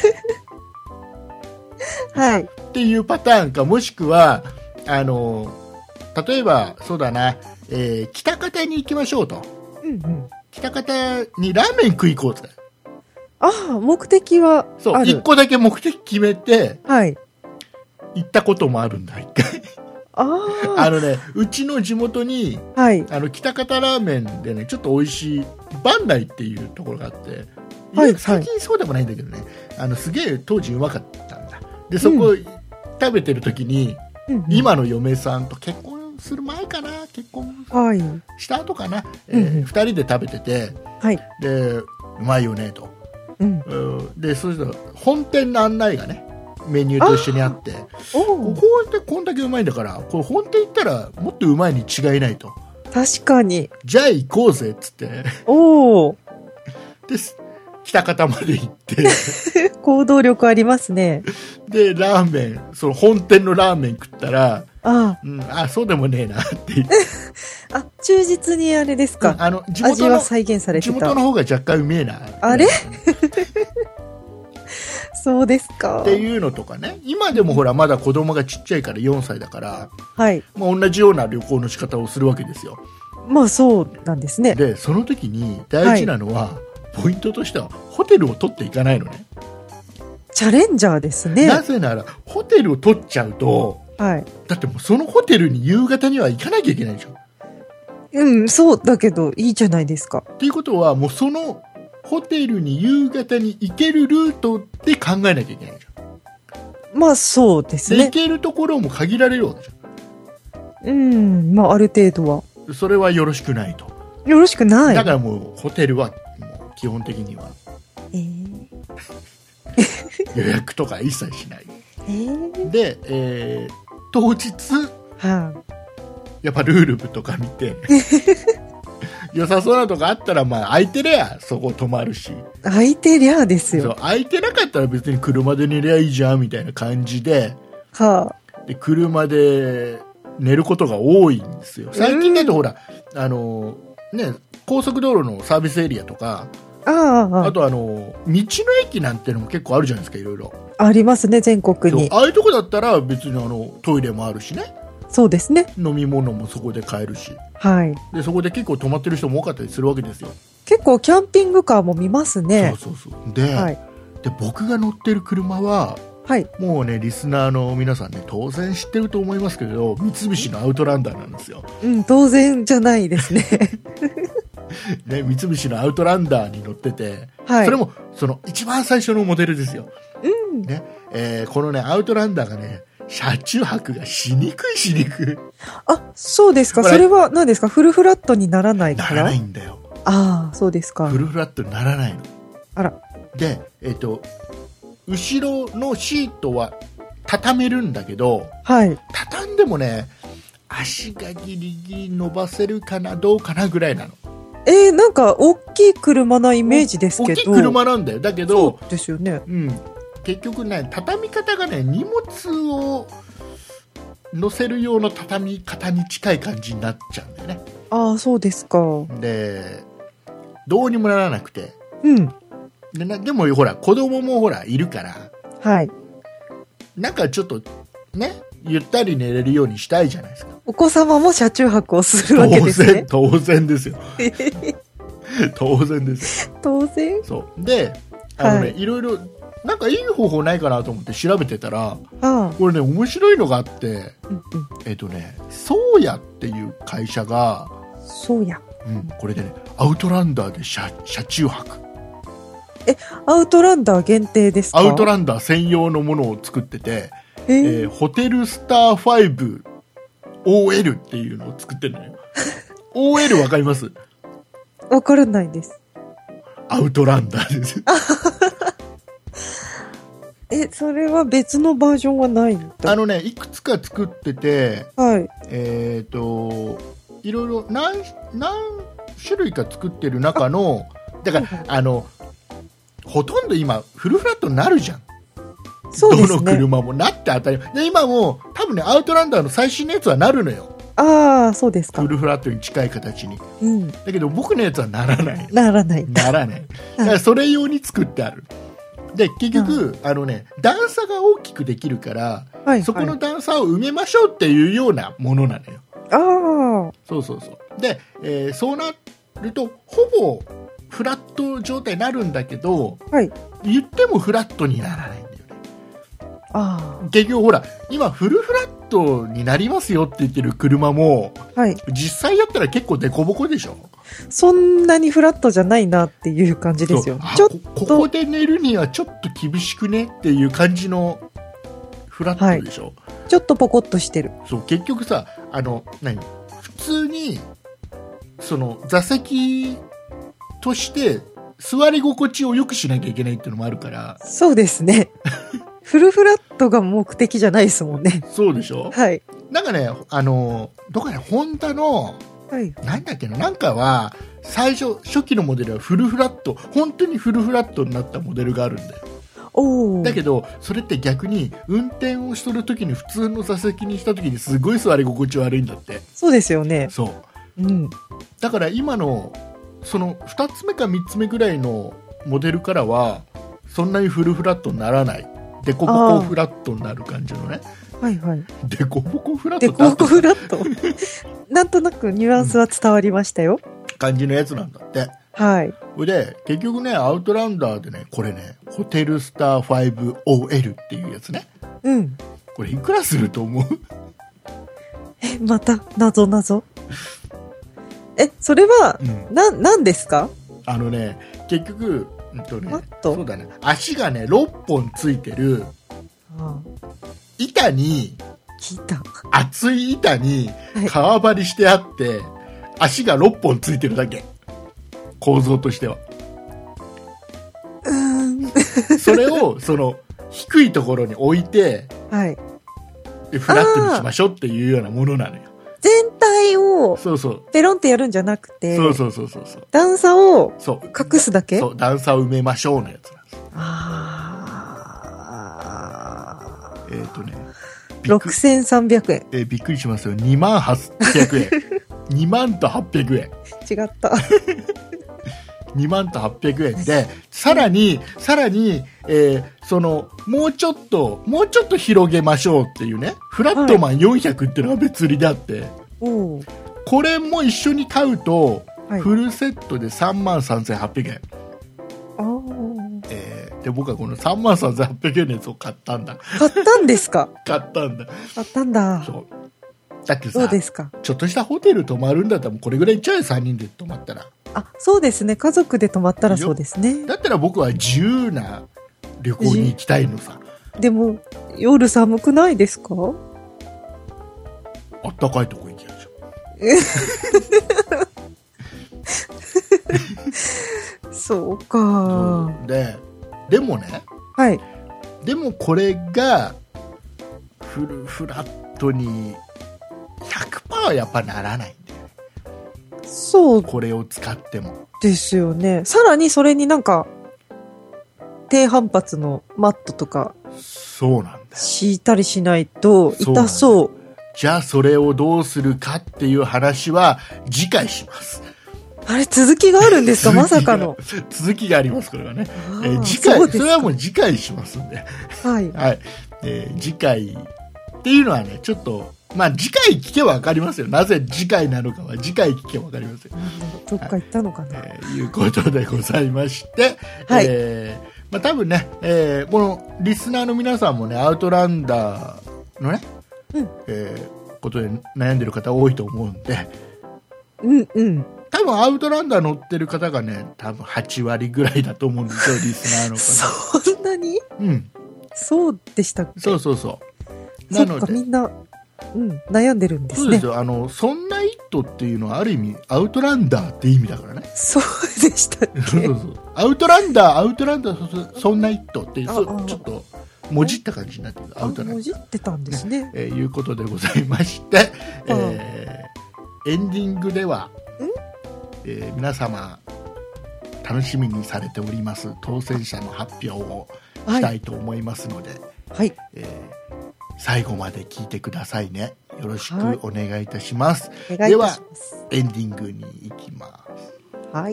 Speaker 2: る。はい。っていうパターンか、もしくは、例えば、そうだな、北方に行きましょうと。北方にラーメン食い行こうぜ。
Speaker 3: 目的は
Speaker 2: そう、一個だけ目的決めて、行ったこともあるんだ、一回。うちの地元に、北方ラーメンでね、ちょっと美味しい、万来っていうところがあって、最近そうでもないんだけどね、すげえ当時うまかったんだ。で、そこ、食べてる時に、今の嫁さんと結婚する前かな、結婚した後かな、二人で食べてて、で、うまいよね、と。で、そうしたら、本店の案内がね、メニューと一緒にあって、こんだけうまいんだから、これ本店行ったらもっとうまいに違いないと。
Speaker 3: 確かに。
Speaker 2: じゃあ行こうぜっつって。で、北方まで行って。
Speaker 3: 行動力ありますね。
Speaker 2: で、ラーメン、その本店のラーメン食ったら、そうでもねえなって言って。
Speaker 3: 忠実にあれですか。味は再現されてた。
Speaker 2: 地元の方が若干うめえな。
Speaker 3: あれそうですか。
Speaker 2: っていうのとかね、今でもほらまだ子供がちっちゃいから4歳だから、
Speaker 3: はい。
Speaker 2: まあ、同じような旅行の仕方をするわけですよ。
Speaker 3: まあそうなんですね。
Speaker 2: でその時に大事なのは、ポイントとしてはホテルを取っていかないのね。
Speaker 3: チャレンジャーですね。
Speaker 2: なぜならホテルを取っちゃうと、
Speaker 3: はい。
Speaker 2: だってもうそのホテルに夕方には行かなきゃいけないでしょ。
Speaker 3: うん、そうだけどいいじゃないですか。
Speaker 2: っていうことはもうそのホテルに夕方に行けるルートで考えなきゃいけないじゃん。
Speaker 3: まあそうです
Speaker 2: で行
Speaker 3: ね。
Speaker 2: けるところも限られるわけじ
Speaker 3: うん、まあある程度は。
Speaker 2: ゃん。それはよろしくないと。
Speaker 3: よろしくない。
Speaker 2: だからもうホテルはもう基本的には予約とか一切しない。で、当日、やっぱルールブとか見て良さそうなとこあったら、まあ空いてりゃそこ泊まるし、
Speaker 3: 空いてりゃですよ。
Speaker 2: 空いてなかったら別に車で寝りゃいいじゃんみたいな感じで、で車で寝ることが多いんですよ。最近だとほら、ね、高速道路のサービスエリアとか、あと道の駅なんてのも結構あるじゃないですか、いろいろ
Speaker 3: ありますね、全国に。
Speaker 2: ああいうとこだったら別にトイレもあるしね。
Speaker 3: そうですね。
Speaker 2: 飲み物もそこで買えるし、
Speaker 3: はい。
Speaker 2: でそこで結構泊まってる人も多かったりするわけですよ。
Speaker 3: 結構キャンピングカーも見ますね。
Speaker 2: そうで、で僕が乗ってる車は、もうねリスナーの皆さんね当然知ってると思いますけど、三菱のアウトランダーなんですよ。
Speaker 3: うん、当然じゃないですね。
Speaker 2: ね、三菱のアウトランダーに乗ってて、それもその一番最初のモデルですよ。ね、このねアウトランダーがね、車中泊がしにくい。
Speaker 3: あ、そうですか。それは何ですか？フルフラットにならないから？
Speaker 2: ならないんだよ。
Speaker 3: ああ、そうですか。
Speaker 2: フルフラットにならないの。
Speaker 3: あら。
Speaker 2: で、後ろのシートは畳めるんだけど、畳んでもね、足がギリギリ伸ばせるかな、どうかなぐらいなの。
Speaker 3: なんか大きい車なイメージですけど。
Speaker 2: 大きい車なんだよ。だけど、
Speaker 3: そうですよね。
Speaker 2: 結局ね、畳み方がね、荷物を乗せる用の畳み方に近い感じになっちゃうんだよね。
Speaker 3: ああ、そうですか。
Speaker 2: で、どうにもならなくて。でもほら、子供もほら、いるから。なんかちょっと、ね、ゆったり寝れるようにしたいじゃないですか。
Speaker 3: お子様も車中泊をするわけですね。
Speaker 2: 当然ですよ。当然です。
Speaker 3: 当然。
Speaker 2: そうで、いろいろなんかいい方法ないかなと思って調べてたら、これね面白いのがあって、そうやっていう会社が、これでねアウトランダーで車中泊。
Speaker 3: アウトランダー限定ですか？
Speaker 2: アウトランダー専用のものを作ってて、ホテルスター 5OL っていうのを作ってるのよ。OL わかります？
Speaker 3: わからないです。
Speaker 2: アウトランダーです。
Speaker 3: それは別のバージョンはないんだ？
Speaker 2: いくつか作ってて、いろいろ何種類か作ってる中の、だからほとんど今フルフラットになるじゃん。
Speaker 3: そうですね。
Speaker 2: どの車もなって当たり前で、今も多分ねアウトランダーの最新のやつはなるのよ。
Speaker 3: ああ、そうですか。
Speaker 2: フルフラットに近い形に。だけど僕のやつはならない。
Speaker 3: ならない。
Speaker 2: だからそれ用に作ってある。で結局、段差が大きくできるから、そこの段差を埋めましょうっていうようなものなのよ。そうで、そうなるとほぼフラット状態になるんだけど、言ってもフラットにならないんだよね。結局ほら今フルフラットになりますよって言ってる車も、実際やったら結構デコボコでしょ。
Speaker 3: そんなにフラットじゃないなっていう感じですよ。
Speaker 2: ここで寝るにはちょっと厳しくねっていう感じのフラットでしょ。
Speaker 3: ちょっとポコッとしてる。
Speaker 2: そう結局さ、普通にその座席として座り心地を良くしなきゃいけないっていうのもあるから。そう
Speaker 3: ですね。フルフラットが目的じゃないですもんね。
Speaker 2: そうでしょ。なんかね、どこかね、ホンダの、なんだっけな、なんかは初期のモデルはフルフラット、本当にフルフラットになったモデルがあるんだよ。だけどそれって逆に運転をするときに普通の座席にしたときにすごい座り心地悪いんだって。
Speaker 3: そうですよね。
Speaker 2: だから今のその2つ目か3つ目ぐらいのモデルからはそんなにフルフラットにならない、デコボコフラットになる感じのね。
Speaker 3: はいはい。
Speaker 2: デコボコフラット
Speaker 3: デコボコフラットなんとなくニュアンスは伝わりましたよ。
Speaker 2: 感じのやつなんだって。
Speaker 3: はい。
Speaker 2: で、結局ね、アウトランダーでね、これね、ホテルスター 5OL っていうやつね。
Speaker 3: うん。
Speaker 2: これいくらすると思う？
Speaker 3: また、謎。それは、何ですか？
Speaker 2: 結局、
Speaker 3: そう
Speaker 2: だね、足がね、6本ついてる、板に、厚い板に革張りしてあって、足が6本ついてるだけ。構造としては。それを、低いところに置いて、
Speaker 3: はい。
Speaker 2: でフラットにしましょうっていうようなものなのよ。
Speaker 3: 全体を、
Speaker 2: そうそう。
Speaker 3: ペロンってやるんじゃなくて、
Speaker 2: そう。
Speaker 3: 段差を隠すだけ？
Speaker 2: そう、段差を埋めましょうのやつなんです。
Speaker 3: 6300円。
Speaker 2: びっくりしますよ。2800円。2万と800円。
Speaker 3: 違った。
Speaker 2: 2万と800円で、さらに、もうちょっと広げましょうっていうね、フラットマン400っていうのが別売りであって、これも一緒に買うと、フルセットで33,800円。で、僕はこの33,800円のやつを買ったんだ。
Speaker 3: 買ったんですか？
Speaker 2: 買ったんだ。そう。だってさ、
Speaker 3: そうですか。
Speaker 2: ちょっとしたホテル泊まるんだったらもうこれぐらいいっちゃうよ、3人で泊まったら。
Speaker 3: そうですね。家族で泊まったらそうですね。
Speaker 2: だったら僕は自由な旅行に行きたいのさ。
Speaker 3: でも、夜寒くないですか？
Speaker 2: あったかいとこ行きましょ
Speaker 3: う。そうか。
Speaker 2: でもね。
Speaker 3: はい。
Speaker 2: でもこれが、フラットに 100% はやっぱならないんだよね。
Speaker 3: そう。
Speaker 2: これを使っても。
Speaker 3: ですよね。さらにそれになんか、低反発のマットとか、
Speaker 2: そうなんだよ。
Speaker 3: 敷いたりしないと痛そう。
Speaker 2: じゃあそれをどうするかっていう話は次回します。
Speaker 3: あれ、続きがあるんですか？まさかの。
Speaker 2: 続きがあります、これはね。次回、それはもう次回しますんで。
Speaker 3: はい。
Speaker 2: はい。次回っていうのはね、ちょっと、次回聞けばわかりますよ。なぜ次回なのかは次回聞けばわかりますよ。
Speaker 3: どっか行ったのかな。
Speaker 2: いうことでございまして、はい。多分ね、このリスナーの皆さんもね、アウトランダーのね、ことで悩んでる方多いと思うんで、多分アウトランダー乗ってる方がね、多分8割ぐらいだと思うんですよ、リスナーの方。
Speaker 3: そんなに？そうでしたっけ？
Speaker 2: そう。
Speaker 3: なのでみんな、悩んでるんですね。
Speaker 2: そうですよ。そんなイットっていうのはある意味アウトランダーって意味だからね。
Speaker 3: そうでしたっけ？そう。
Speaker 2: アウトランダーそんなイットってちょっともじった感じになってる。アウトランダー。
Speaker 3: もじってたんですね。
Speaker 2: いうことでございまして、エンディングでは、皆様楽しみにされております当選者の発表をしたいと思いますので、最後まで聞いてくださいね。よろしくお願いいたします。ではエンディングに行きます。
Speaker 3: はい。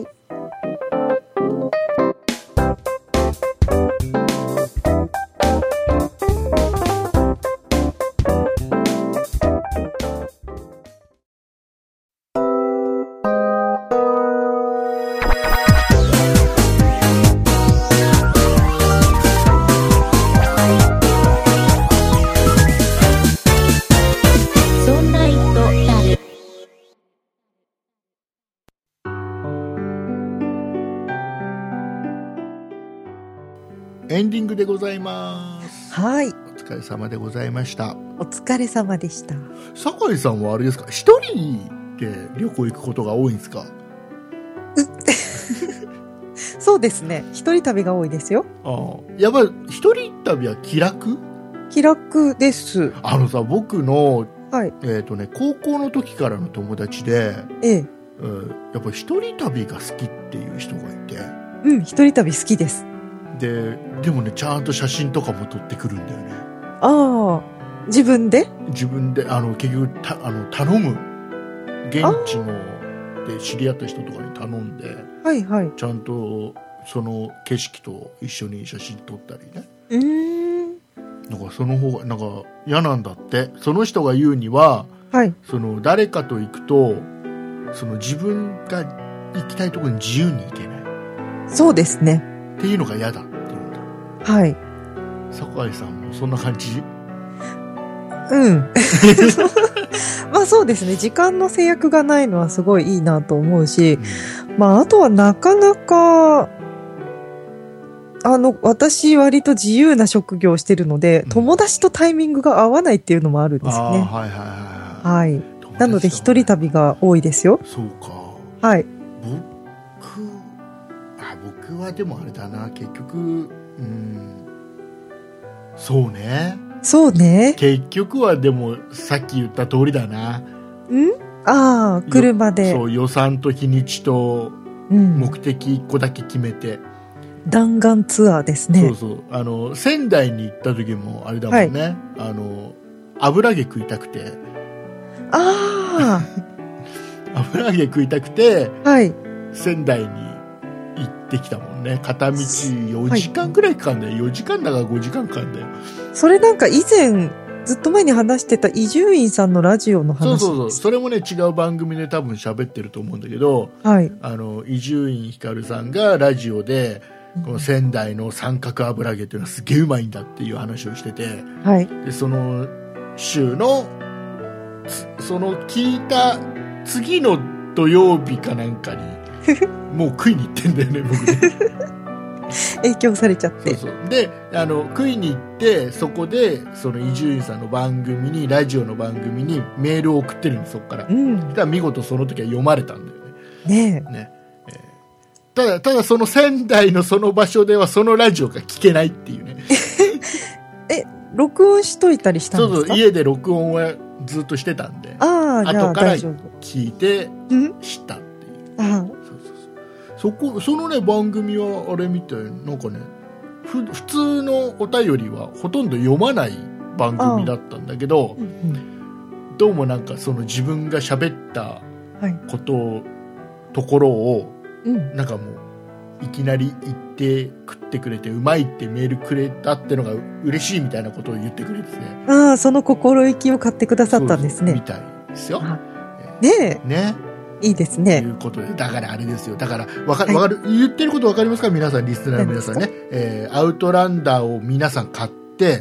Speaker 2: エンディングでございます。
Speaker 3: はい。
Speaker 2: お疲れ様でございました。
Speaker 3: お疲れ様でした。
Speaker 2: 酒井さんはあれですか、一人で旅行行くことが多いんですか？
Speaker 3: そうですね。一人旅が多いですよ。
Speaker 2: やっぱり一人旅は気楽
Speaker 3: です。
Speaker 2: 僕の、
Speaker 3: はい。
Speaker 2: 高校の時からの友達で、やっぱり一人旅が好きっていう人がいて。
Speaker 3: 一人旅好きです。
Speaker 2: でもね、ちゃんと写真とかも撮ってくるんだよね。
Speaker 3: 自分で
Speaker 2: 結局頼む、現地ので知り合った人とかに頼んで、ちゃんとその景色と一緒に写真撮ったりね。なんかその方がなんか嫌なんだって。その人が言うには、
Speaker 3: はい、
Speaker 2: その誰かと行くとその自分が行きたいところに自由に行けない。
Speaker 3: そうですね。
Speaker 2: っていうのが嫌だって言うんだ。
Speaker 3: はい。
Speaker 2: 酒井さんもそんな感じ？
Speaker 3: うん。まあそうですね。時間の制約がないのはすごいいいなと思うし、まああとはなかなか、私割と自由な職業をしてるので、友達とタイミングが合わないっていうのもあるんですよね。
Speaker 2: はいはいはい。
Speaker 3: はい。なので一人旅が多いですよ。
Speaker 2: そうか。
Speaker 3: はい。
Speaker 2: 僕はでもあれだな、結局、そうね。
Speaker 3: そうね。
Speaker 2: 結局はでもさっき言った通りだな。
Speaker 3: ああ、車で。
Speaker 2: そう、予算と日にちと目的1個だけ決めて。
Speaker 3: 弾丸ツアーですね。
Speaker 2: そうそう。仙台に行った時もあれだもんね。はい、油揚げ食いたくて。
Speaker 3: あ
Speaker 2: あ。油揚げ食いたくて、
Speaker 3: はい。
Speaker 2: 仙台に行ってきたもんね。片道4時間くらいかかんだよ。4時間だか5時間かかんだよ。
Speaker 3: それなんか以前、ずっと前に話してた伊集院さんのラジオの話。
Speaker 2: そう。それもね、違う番組で多分喋ってると思うんだけど、
Speaker 3: はい。
Speaker 2: 伊集院光さんがラジオで、この仙台の三角油揚げっていうのはすげえうまいんだっていう話をしてて、
Speaker 3: はい。
Speaker 2: で、その週の、その聞いた次の土曜日かなんかに、もう食いに行ってんだよね、僕ね。
Speaker 3: 影響されちゃって。
Speaker 2: そう。で、食いに行って、そこで、その伊集院さんの番組に、ラジオの番組にメールを送ってるんです、そこから。だから見事その時は読まれたんだよね。ね。ただその仙台のその場所ではそのラジオが聞けないっていうね。
Speaker 3: 録音しといたりしたんですか？
Speaker 2: そう、家で録音はずっとしてたんで。後から聞いて知ったっていう。そのね、番組はあれみたいなんかね、普通のお便りはほとんど読まない番組だったんだけど、どうもなんかその自分が喋ったところを、なんかもういきなり言って食ってくれてうまいってメールくれたってのが嬉しいみたいなことを言ってくれてね。
Speaker 3: その心意気を買ってくださったんですね。
Speaker 2: みたいですよ。
Speaker 3: ね。いいですね。
Speaker 2: ということで、だからあれですよ。だからわかる、言ってることわかりますか？皆さん、リスナーの皆さんね。アウトランダーを皆さん買って、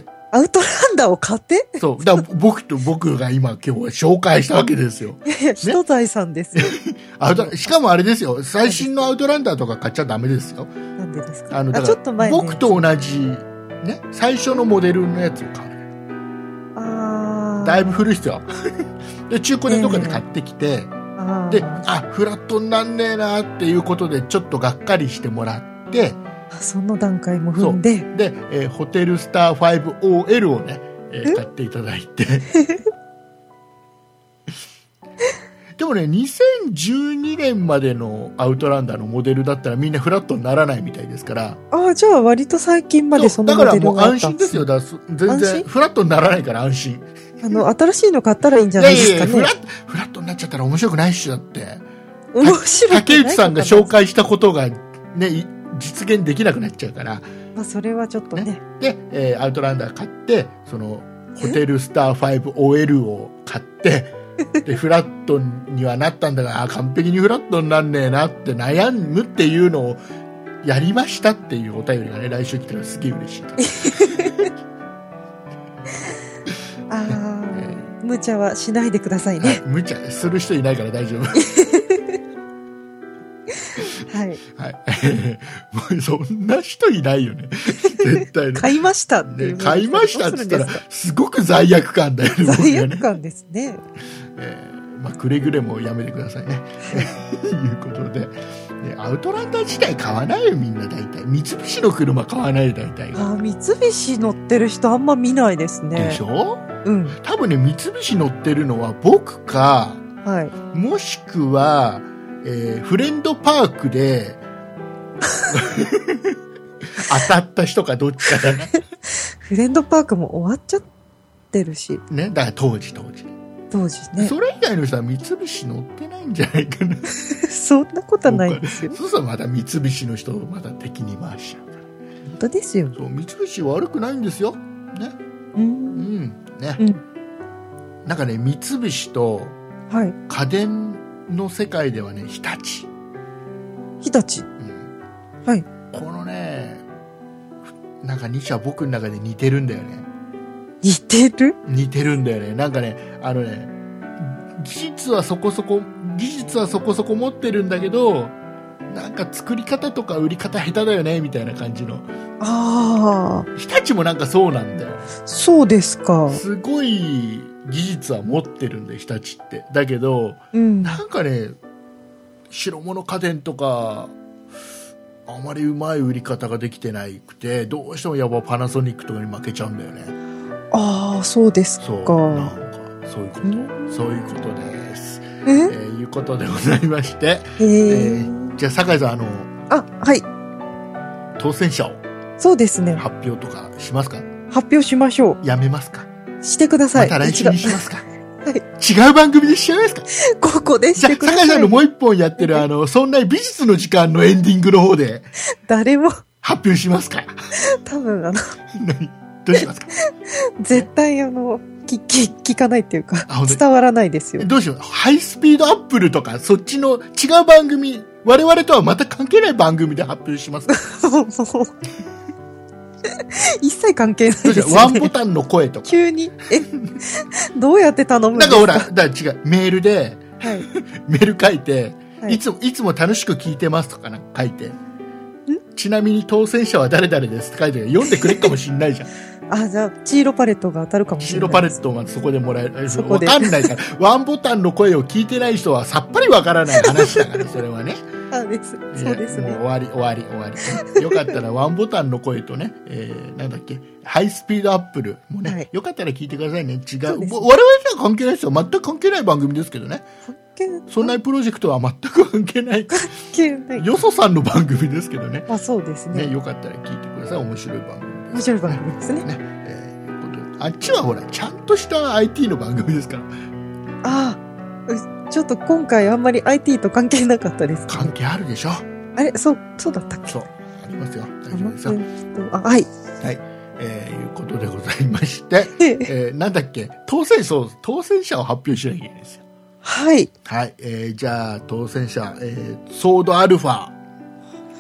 Speaker 3: アウトランダーを買って？
Speaker 2: そう。だから僕が今日紹介したわけですよ。
Speaker 3: 人財産ですよ。
Speaker 2: しかもあれですよ。最新のアウトランダーとか買っちゃダメですよ。
Speaker 3: なんでですか？
Speaker 2: ちょっと前僕と同じ、ね、最初のモデルのやつを買う。だいぶ古いですよ。で、中古でどっかで買ってきて、で、フラットになんねえなっていうことでちょっとがっかりしてもらって、
Speaker 3: その段階も踏んで。
Speaker 2: で、ホテルスター 5OL をね、買っていただいて。でもね、2012年までのアウトランダーのモデルだったらみんなフラットにならないみたいですから。
Speaker 3: じゃあ割と最近までそのモデルがあったんです。だからもう安
Speaker 2: 心ですよ。全然フラットにならないから安心。
Speaker 3: 新しいの買ったらいいんじゃないですかね。
Speaker 2: フラットになっちゃったら面白くないっしょだって。
Speaker 3: 面白くない。
Speaker 2: 竹内さんが紹介したことがね、実現できなくなっちゃうから。
Speaker 3: それはちょっとね。
Speaker 2: で、アウトランダー買って、その、ホテルスター 5OL を買って、で、フラットにはなったんだが、完璧にフラットになんねえなって悩むっていうのをやりましたっていうお便りがね、来週来たらすげえ嬉しい。
Speaker 3: 無茶はしないでくださいね。
Speaker 2: 無茶する人いないから大丈夫。
Speaker 3: はい。
Speaker 2: もうそんな人いないよね。絶対ね。
Speaker 3: 買いましたっていう、
Speaker 2: 買いましたって言ったら、すごく罪悪感だよね。
Speaker 3: 罪悪感ですね。
Speaker 2: くれぐれもやめてくださいね。ということで、アウトランダー自体買わないよ、みんな大体。三菱の車買わないよ、大体。
Speaker 3: 三菱乗ってる人あんま見ないですね。
Speaker 2: でしょ？多分ね、三菱乗ってるのは僕か、もしくは、フレンドパークで当たった人かどっちかだな。
Speaker 3: フレンドパークも終わっちゃってるし。
Speaker 2: ね、だから当時。
Speaker 3: 当時ね。
Speaker 2: それ以外の人は三菱乗ってないんじゃないかな。
Speaker 3: そんなことはないですよ。
Speaker 2: そうするとまた三菱の人をまた敵に回しちゃうから。
Speaker 3: 本当ですよ。
Speaker 2: そう、三菱悪くないんですよ。ね。ね。なんかね、三菱と家電の世界ではね、日立。はい。このね、なんか2社僕の中で似てるんだよね。似てるんだよね。なんかね、技術はそこそこ持ってるんだけど、なんか作り方とか売り方下手だよねみたいな感じの。日立もなんかそうなんだよ。
Speaker 3: そうですか。
Speaker 2: すごい技術は持ってるんだよ、日立って。だけど、なんかね、白物家電とかあまりうまい売り方ができてなくて、どうしてもやっぱパナソニックとかに負けちゃうんだよね。
Speaker 3: そうですか。
Speaker 2: なんかそういうことです。いうことでございまして、じゃあ酒井さん、
Speaker 3: はい。
Speaker 2: 当選者を
Speaker 3: そうですね。
Speaker 2: 発表とかしますか？
Speaker 3: 発表しましょう。
Speaker 2: やめますか？
Speaker 3: してください。
Speaker 2: また来週にしますか？
Speaker 3: はい、
Speaker 2: 違う番組でしちゃいますか？
Speaker 3: ここでしてください。
Speaker 2: じゃあ酒井さんのもう一本やってるそんな美術の時間のエンディングの方で
Speaker 3: 誰も
Speaker 2: 発表しますか？
Speaker 3: 多分
Speaker 2: どうしますか？
Speaker 3: 絶対聞かないっていうか伝わらないですよ。
Speaker 2: どうしよう。ハイスピードアップルとかそっちの違う番組、我々とはまた関係ない番組で発表しますか？
Speaker 3: 一切関係ないですよね。
Speaker 2: ワンボタンの声とか
Speaker 3: 急にどうやって頼むんですか？
Speaker 2: なんかほら、違う、メールで、メール書いて、いつも楽しく聞いてますとかなんか書いて、ちなみに当選者は誰々ですって書いて読んでくれるかもしんないじゃん。
Speaker 3: じゃあチーロパレットが当たるかもしれない。
Speaker 2: チーロパレットがそこでもらえる。わかんないからワンボタンの声を聞いてない人はさっぱりわからない話だからそれはね。
Speaker 3: そうですね。
Speaker 2: もう終わり。よかったらワンボタンの声とね、なんだっけ、ハイスピードアップルもね、よかったら聞いてくださいね。違う。我々には関係ないですよ。全く関係ない番組ですけどね。そんなプロジェクトは全く関係ない。よそさんの番組ですけどね。
Speaker 3: そうですね。
Speaker 2: よかったら聞いてください。面白い番組です。
Speaker 3: 面白い番組ですね。
Speaker 2: あっちはほらちゃんとした IT の番組ですから。
Speaker 3: ちょっと今回あんまり IT と関係なかったです、ね。
Speaker 2: 関係あるでしょ。
Speaker 3: あれ、そうだったっけ？
Speaker 2: そう、ありますよ。大丈夫ですよ。
Speaker 3: はい。
Speaker 2: いうことでございまして、なんだっけ、当選者を発表しなきゃいけないんですよ。
Speaker 3: はい。
Speaker 2: はい。じゃあ、当選者、ソードアルファ。
Speaker 3: はい、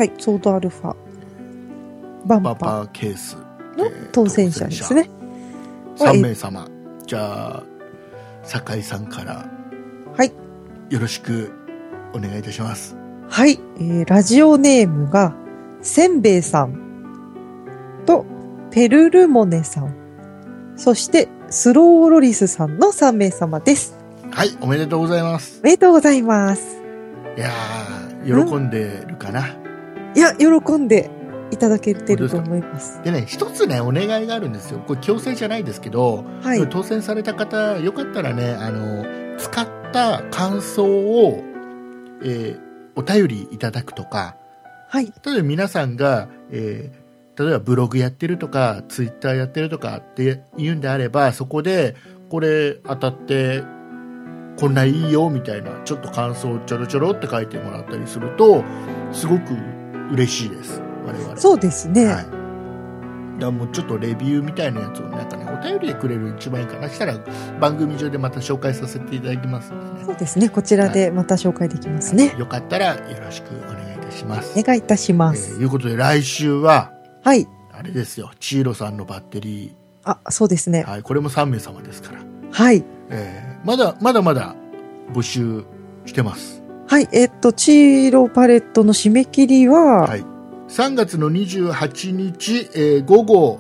Speaker 3: ソードアルファ。バンパ
Speaker 2: ーケース。
Speaker 3: の当選者ですね。
Speaker 2: 3名様。じゃあ、酒井さんから。
Speaker 3: はい。
Speaker 2: よろしくお願いいたします。
Speaker 3: はい。ラジオネームが、せんべいさんと、ペルルモネさん、そしてスローロリスさんの3名様です。
Speaker 2: はい、おめでとうございます。
Speaker 3: おめでとうございます。
Speaker 2: いやー、喜んでるかな。
Speaker 3: いや、喜んでいただけてると思います。
Speaker 2: でね、一つね、お願いがあるんですよ。これ強制じゃないですけど、当選された方、よかったらね、使った感想を、お便りいただくとか、例えば皆さんが、例えばブログやってるとかツイッターやってるとかって言うんであれば、そこでこれ当たってこんないいよみたいなちょっと感想をちょろちょろって書いてもらったりするとすごく嬉しいです、我々。
Speaker 3: そうですね。
Speaker 2: だからもうちょっとレビューみたいなやつをなんかね、お便りでくれる一番いいかな。したら番組上でまた紹介させていただきますのでね。
Speaker 3: そうですね、こちらでまた紹介できますね。
Speaker 2: よかったらよろしくお願いいたします。
Speaker 3: お願いいたします。
Speaker 2: ということで来週は
Speaker 3: はい。
Speaker 2: あれですよ、チーロさんのバッテリ
Speaker 3: ー。そうですね。
Speaker 2: はい、これも3名様ですから。
Speaker 3: はい。
Speaker 2: まだ募集してます。
Speaker 3: はい、チーロパレットの締め切りは、
Speaker 2: 3月の28日、午後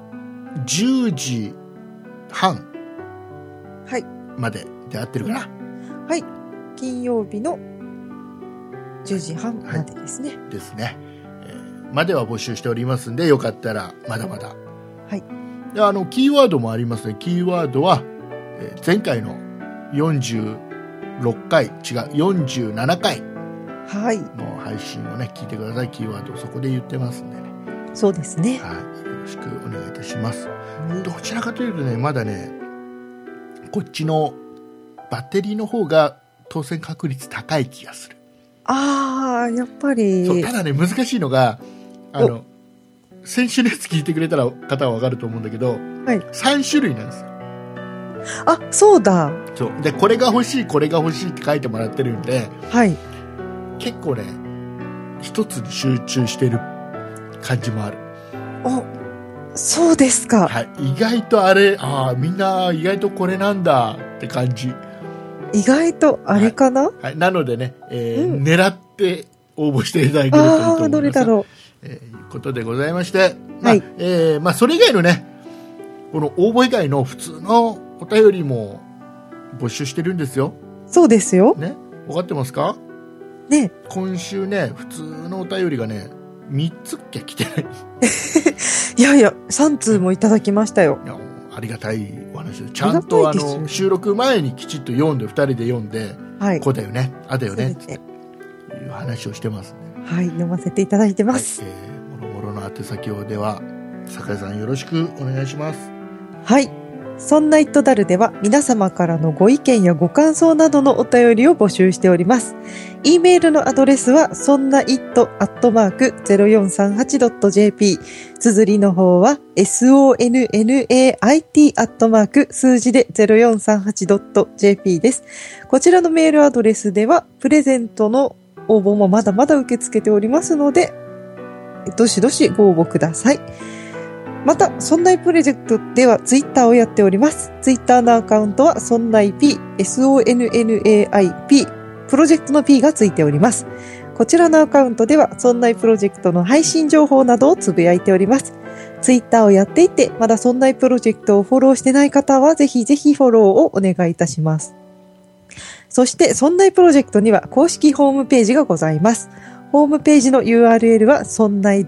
Speaker 2: 10時半までで合ってるかな。
Speaker 3: はい。金曜日の10時半までですね。
Speaker 2: ですね。までは募集しておりますんで、よかったらまだまだ。
Speaker 3: はい。
Speaker 2: で、キーワードもありますね。キーワードは、前回の46回、47回の配信をね、聞いてください。キーワードをそこで言ってますんでね。
Speaker 3: そうですね。
Speaker 2: はい。よろしくお願いいたします。どちらかというとね、まだね、こっちのバッテリーの方が当選確率高い気がする。
Speaker 3: ああ、やっぱり。
Speaker 2: そう、ただね、難しいのが、先週のやつ聞いてくれたら方は分かると思うんだけど、はい、3種類なんですよ。
Speaker 3: あ、そうだ。
Speaker 2: そうで、これが欲しいこれが欲しいって書いてもらってるんで、はい、結構ね一つに集中してる感じもある。
Speaker 3: お、そうですか。
Speaker 2: はい、意外とみんな意外とこれなんだって感じ。
Speaker 3: 意外とあれかな、
Speaker 2: はいはい、なのでね、狙って応募していただけるといいと思います。
Speaker 3: どれだろう。
Speaker 2: いうことでございまして、はい、それ以外のね、この応募以外の普通のお便りも募集してるんですよ。
Speaker 3: そうですよ。
Speaker 2: ね、分かってますかね。今週ね、普通のお便りがね、3つ来てない。
Speaker 3: いやいや、3通もいただきましたよ。
Speaker 2: いや、ありがたいお話です。ちゃんと収録前にきちっと読んで、2人で読んで、はい、こうだよね、あだよねっていう話をしてますね。
Speaker 3: はい、読ませていただいてます。
Speaker 2: もろもろの宛先をでは、酒井さんよろしくお願いします。
Speaker 3: はい。そんなイットダルでは皆様からのご意見やご感想などのお便りを募集しております。e メールのアドレスはそんな it@0438.jp、 綴りの方は sonnait@ 数字で 0438.jp です。こちらのメールアドレスではプレゼントの応募もまだまだ受け付けておりますので、どしどしご応募ください。また、そんないプロジェクトではツイッターをやっております。ツイッターのアカウントはそんない P、SONNAIP、プロジェクトの P がついております。こちらのアカウントではそんないプロジェクトの配信情報などをつぶやいております。ツイッターをやっていて、まだそんないプロジェクトをフォローしてない方はぜひぜひフォローをお願いいたします。そして、そんないプロジェクトには公式ホームページがございます。ホームページの URL はそんない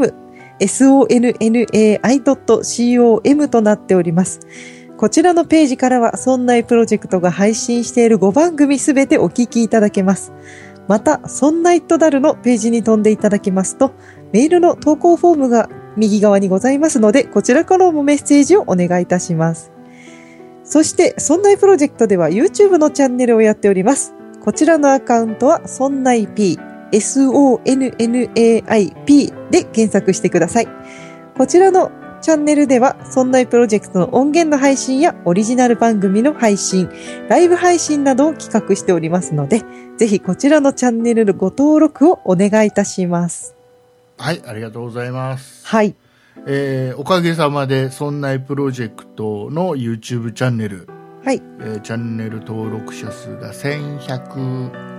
Speaker 3: .com、sonnai.com となっております。こちらのページからはそんないプロジェクトが配信している5番組すべてお聞きいただけます。また、そんないットダルのページに飛んでいただきますと、メールの投稿フォームが右側にございますので、こちらからもメッセージをお願いいたします。そして、そんないプロジェクトでは YouTube のチャンネルをやっております。こちらのアカウントはそんない P、SONNAIP で検索してください。こちらのチャンネルでは、そんないプロジェクトの音源の配信やオリジナル番組の配信、ライブ配信などを企画しておりますので、ぜひこちらのチャンネルのご登録をお願いいたします。
Speaker 2: はい、ありがとうございます。
Speaker 3: はい。
Speaker 2: おかげさまで、そんないプロジェクトの YouTube チャンネル、
Speaker 3: はい。
Speaker 2: チャンネル登録者数が1104。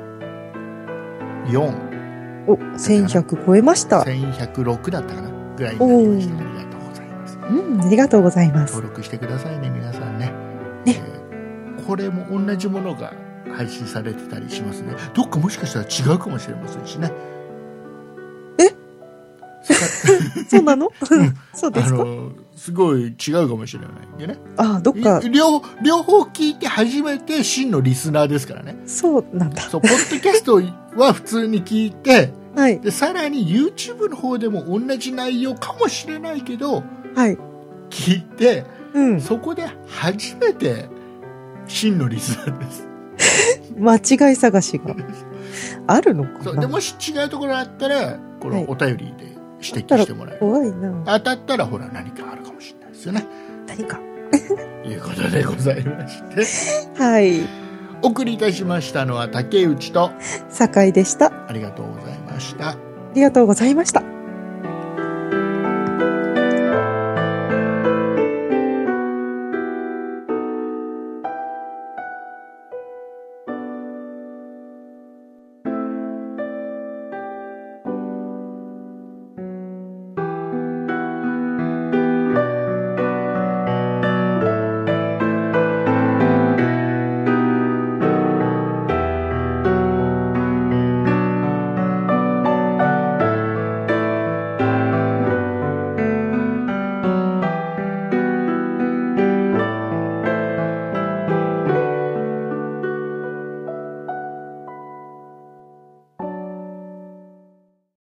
Speaker 3: お、1100超えました。
Speaker 2: 1106だったかなぐらいになりました。ありがとうございます。
Speaker 3: ありがとうございます。
Speaker 2: 登録してくださいね、皆さんね。これも同じものが配信されてたりしますね。どっかもしかしたら違うかもしれませんしね。
Speaker 3: そうなの、
Speaker 2: うん、
Speaker 3: そうですか。
Speaker 2: すごい違うかもしれないんでね。
Speaker 3: どっか
Speaker 2: 両方聞いて初めて真のリスナーですからね。
Speaker 3: そうなんだ。
Speaker 2: そう、ポッドキャストは普通に聞いて、
Speaker 3: はい、
Speaker 2: でさらに YouTube の方でも同じ内容かもしれないけど、
Speaker 3: はい、
Speaker 2: 聞いて、
Speaker 3: うん、
Speaker 2: そこで初めて真のリスナーです。
Speaker 3: 間違い探しがあるのかな。
Speaker 2: そうで、もし違うところあったらこのお便りで指摘してもらえる。
Speaker 3: 怖いな。
Speaker 2: 当たったらほら何かあるかもしれないですよね。
Speaker 3: 何か
Speaker 2: いうことでございまして
Speaker 3: はい、
Speaker 2: お送りいたしましたのは竹内と
Speaker 3: 酒井でした。
Speaker 2: ありがとうございました。
Speaker 3: ありがとうございました。